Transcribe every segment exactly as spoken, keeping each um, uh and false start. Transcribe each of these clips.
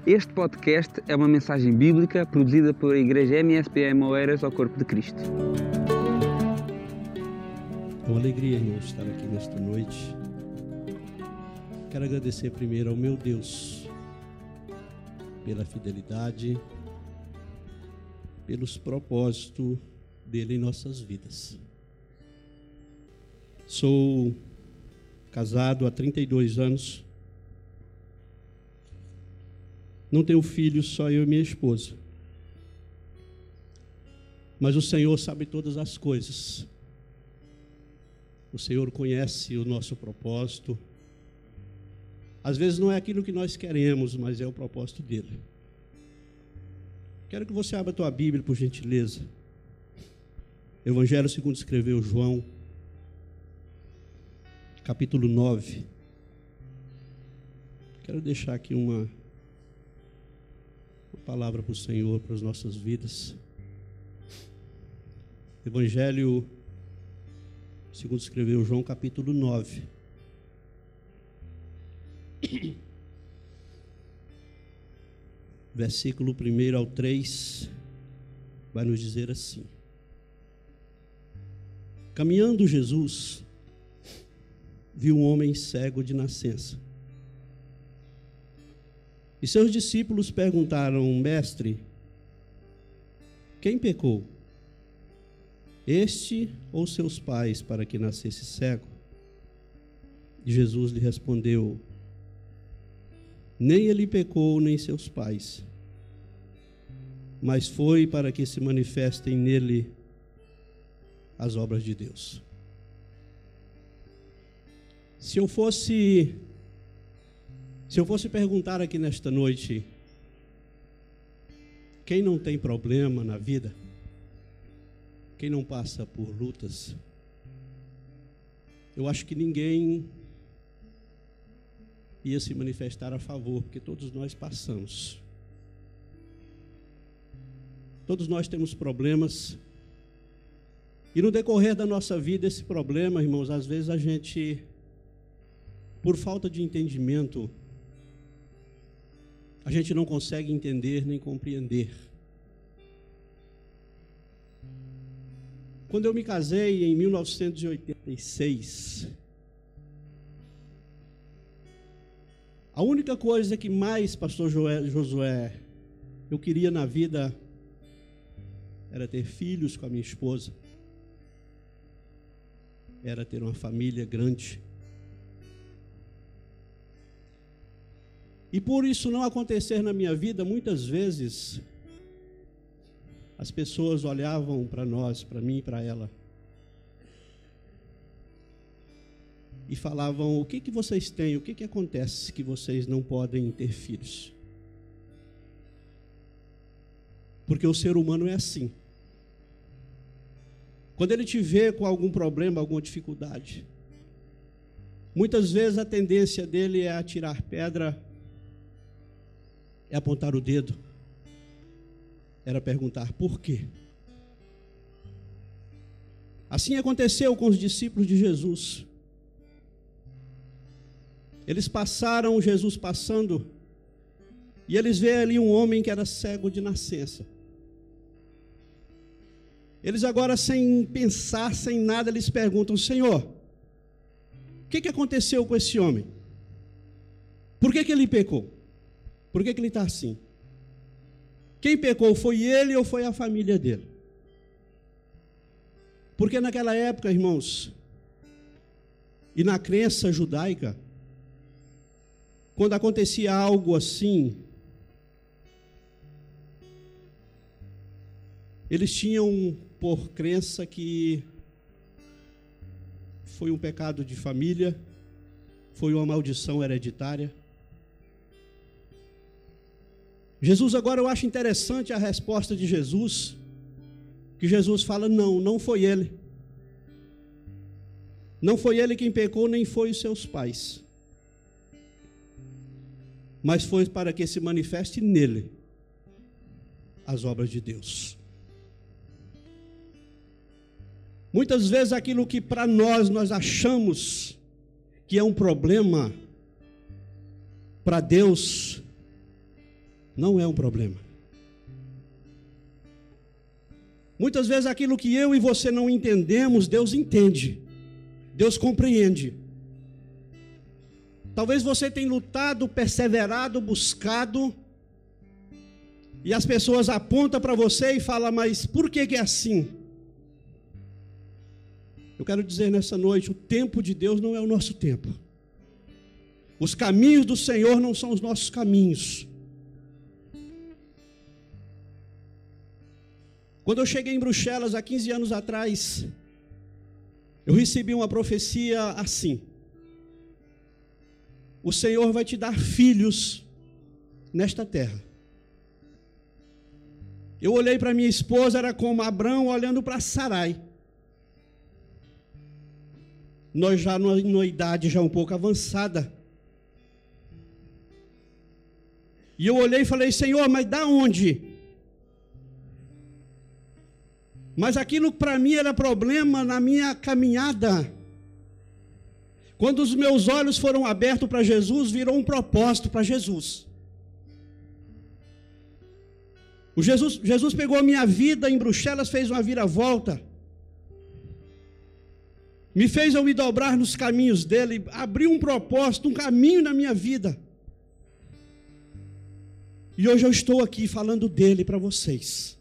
Este podcast é uma mensagem bíblica produzida pela Igreja M S P M Oeiras ao Corpo de Cristo. É uma alegria, irmão, estar aqui nesta noite. Quero agradecer primeiro ao meu Deus pela fidelidade, pelos propósitos dele em nossas vidas. Sou casado há trinta e dois anos. Não tenho filhos, só eu e minha esposa. Mas o Senhor sabe todas as coisas. O Senhor conhece o nosso propósito. Às vezes não é aquilo que nós queremos, mas é o propósito dele. Quero que você abra a tua Bíblia, por gentileza. Evangelho segundo escreveu João, capítulo nove. Quero deixar aqui uma, uma palavra para o Senhor, para as nossas vidas. Evangelho segundo escreveu João, capítulo nove. Versículo primeiro ao três, vai nos dizer assim: Caminhando Jesus, viu um homem cego de nascença. E seus discípulos perguntaram: Mestre, quem pecou? Este ou seus pais, para que nascesse cego? E Jesus lhe respondeu: Nem ele pecou, nem seus pais, mas foi para que se manifestem nele as obras de Deus. Se eu fosse, se eu fosse perguntar aqui nesta noite, quem não tem problema na vida, quem não passa por lutas, eu acho que ninguém ia se manifestar a favor, porque todos nós passamos. Todos nós temos problemas. E no decorrer da nossa vida, esse problema, irmãos, às vezes a gente, por falta de entendimento, a gente não consegue entender nem compreender. Quando eu me casei em mil novecentos e oitenta e seis, a única coisa que mais, pastor Josué, eu queria na vida era ter filhos com a minha esposa, era ter uma família grande. E por isso não acontecer na minha vida, muitas vezes as pessoas olhavam para nós, para mim e para ela, e falavam: o que que vocês têm, o que que acontece que vocês não podem ter filhos? Porque o ser humano é assim. Quando ele te vê com algum problema, alguma dificuldade, muitas vezes a tendência dele é atirar pedra, é apontar o dedo, era perguntar por quê. Assim aconteceu com os discípulos de Jesus. Eles passaram, Jesus passando, e eles veem ali um homem que era cego de nascença. Eles agora, sem pensar, sem nada, eles perguntam: Senhor, o que que aconteceu com esse homem? Por que que ele pecou? Por que que ele está assim? Quem pecou, foi ele ou foi a família dele? Porque naquela época, irmãos, e na crença judaica, quando acontecia algo assim, eles tinham por crença que foi um pecado de família, foi uma maldição hereditária. Jesus, agora eu acho interessante a resposta de Jesus, que Jesus fala: não, não foi ele. Não foi ele quem pecou, nem foi os seus pais, mas foi para que se manifeste nele as obras de Deus. Muitas vezes aquilo que para nós, nós achamos que é um problema, para Deus Não é um problema. Muitas vezes aquilo que eu e você não entendemos, Deus entende. Deus compreende. Talvez você tenha lutado, perseverado, buscado, e as pessoas apontam para você e falam, mas por que que é assim? Eu quero dizer nessa noite, o tempo de Deus não é o nosso tempo. Os caminhos do Senhor não são os nossos caminhos. Quando eu cheguei em Bruxelas, há quinze anos atrás, eu recebi uma profecia assim: o Senhor vai te dar filhos nesta terra. Eu olhei para minha esposa, era como Abraão olhando para Sarai. Nós já numa idade já um pouco avançada. E eu olhei e falei, Senhor, mas da onde? Mas aquilo para mim era problema na minha caminhada. Quando os meus olhos foram abertos para Jesus, virou um propósito para Jesus. O Jesus, Jesus pegou a minha vida em Bruxelas, fez uma viravolta. Me fez eu me dobrar nos caminhos dele, abriu um propósito, um caminho na minha vida. E hoje eu estou aqui falando dele para vocês.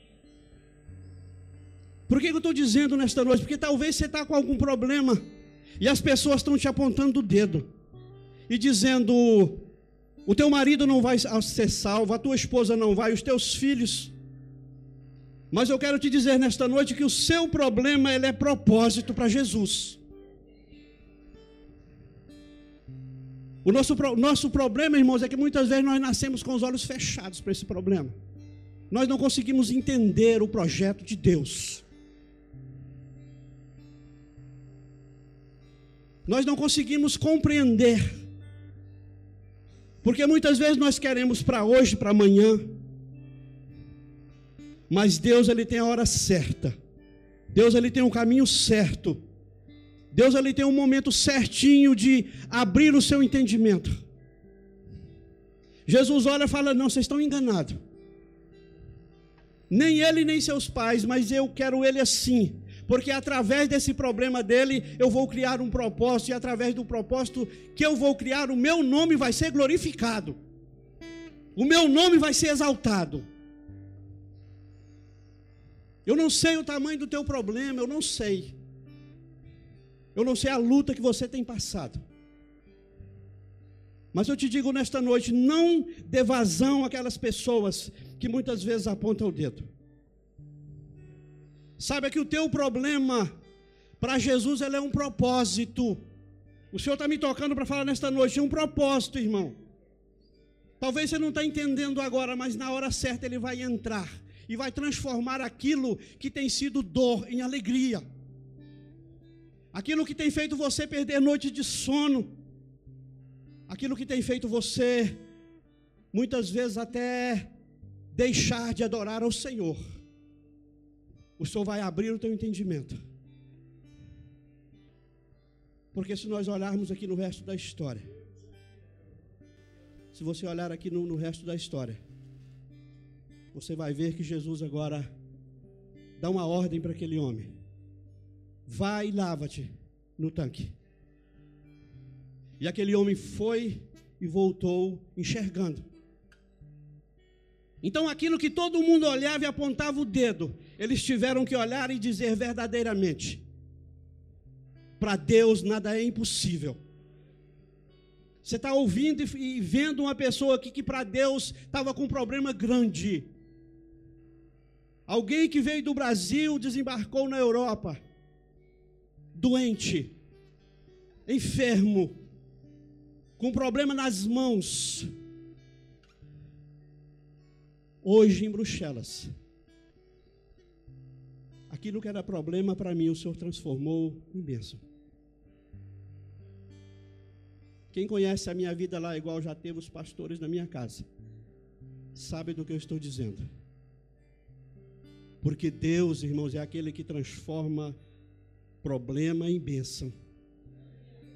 Por que eu estou dizendo nesta noite? Porque talvez você está com algum problema e as pessoas estão te apontando o dedo e dizendo, o teu marido não vai ser salvo, a tua esposa não vai, os teus filhos. Mas eu quero te dizer nesta noite que o seu problema, ele é propósito para Jesus. O nosso, nosso problema, irmãos, é que muitas vezes nós nascemos com os olhos fechados para esse problema. Nós não conseguimos entender o projeto de Deus. Nós não conseguimos compreender. Porque muitas vezes nós queremos para hoje, para amanhã. Mas Deus, ele tem a hora certa. Deus, ele tem um caminho certo. Deus, ele tem um momento certinho de abrir o seu entendimento. Jesus olha e fala, não, vocês estão enganados. Nem ele, nem seus pais, mas eu quero ele assim. Porque através desse problema dele, eu vou criar um propósito. E através do propósito que eu vou criar, o meu nome vai ser glorificado. O meu nome vai ser exaltado. Eu não sei o tamanho do teu problema, eu não sei. Eu não sei a luta que você tem passado. Mas eu te digo nesta noite, não dê vazão àquelas pessoas que muitas vezes apontam o dedo. Saiba que o teu problema, para Jesus, ele é um propósito. O Senhor está me tocando para falar nesta noite, é um propósito, irmão. Talvez você não está entendendo agora, mas na hora certa ele vai entrar e vai transformar aquilo que tem sido dor em alegria. Aquilo que tem feito você perder noite de sono. Aquilo que tem feito você, muitas vezes até deixar de adorar ao Senhor. O Senhor vai abrir o teu entendimento. Porque se nós olharmos aqui no resto da história, se você olhar aqui no, no resto da história, você vai ver que Jesus agora dá uma ordem para aquele homem. Vai e lava-te no tanque. E aquele homem foi e voltou enxergando. Então aquilo que todo mundo olhava e apontava o dedo, eles tiveram que olhar e dizer verdadeiramente, para Deus nada é impossível. Você está ouvindo e vendo uma pessoa aqui que para Deus estava com um problema grande. Alguém que veio do Brasil, desembarcou na Europa, doente, enfermo, com problema nas mãos. Hoje em Bruxelas, aquilo que era problema para mim, o Senhor transformou em bênção. Quem conhece a minha vida lá, igual já teve os pastores na minha casa, sabe do que eu estou dizendo. Porque Deus, irmãos, é aquele que transforma problema em bênção.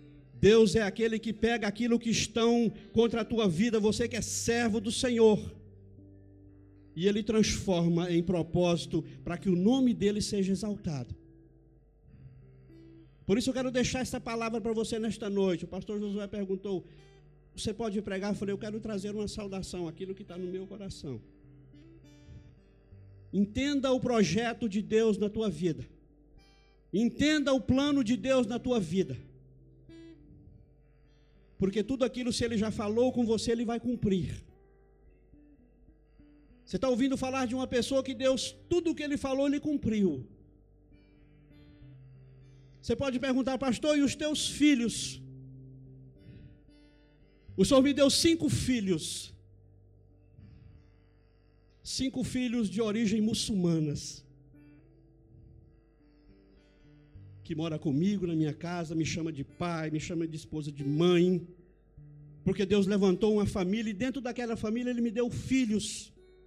Deus é aquele que pega aquilo que estão contra a tua vida, você que é servo do Senhor. e Ele transforma em propósito para que o nome dEle seja exaltado. Por isso eu quero deixar essa palavra para você nesta noite. O pastor Josué perguntou, você pode pregar? Eu falei, eu quero trazer uma saudação, aquilo que está no meu coração. Entenda o projeto de Deus na tua vida. Entenda o plano de Deus na tua vida. Porque tudo aquilo, se Ele já falou com você, Ele vai cumprir. Você está ouvindo falar de uma pessoa que Deus, tudo o que Ele falou, Ele cumpriu. Você pode perguntar, pastor, e os teus filhos? O Senhor me deu cinco filhos. Cinco filhos de origem muçulmanas. Que mora comigo na minha casa, me chama de pai, me chama de esposa, de mãe. Porque Deus levantou uma família e dentro daquela família Ele me deu filhos.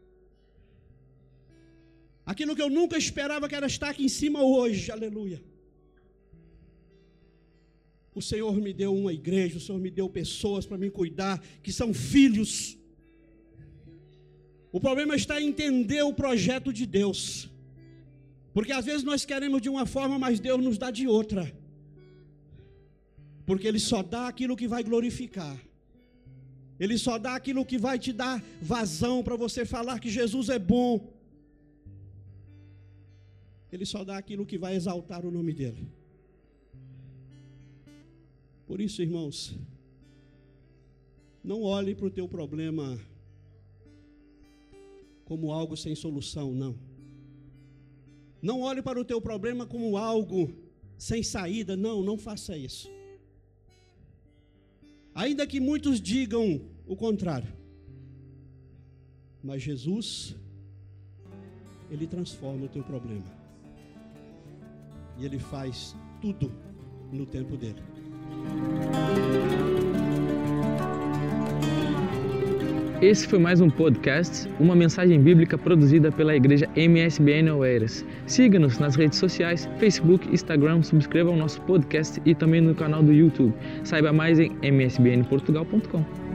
Aquilo que eu nunca esperava que era estar aqui em cima hoje, aleluia. O Senhor me deu uma igreja, o Senhor me deu pessoas para me cuidar, que são filhos. O problema está em entender o projeto de Deus. Porque às vezes nós queremos de uma forma, mas Deus nos dá de outra. Porque Ele só dá aquilo que vai glorificar. Ele só dá aquilo que vai te dar vazão para você falar que Jesus é bom. Ele só dá aquilo que vai exaltar o nome dEle. Por isso, irmãos, não olhe para o teu problema como algo sem solução, não. Não olhe para o teu problema como algo sem saída, não, não faça isso. Ainda que muitos digam o contrário, mas Jesus, Ele transforma o teu problema. E Ele faz tudo no tempo dEle. Esse foi mais um podcast, uma mensagem bíblica produzida pela igreja M S B N Oeiras. Siga-nos nas redes sociais, Facebook, Instagram, subscreva o nosso podcast e também no canal do YouTube. Saiba mais em m s b n portugal ponto com.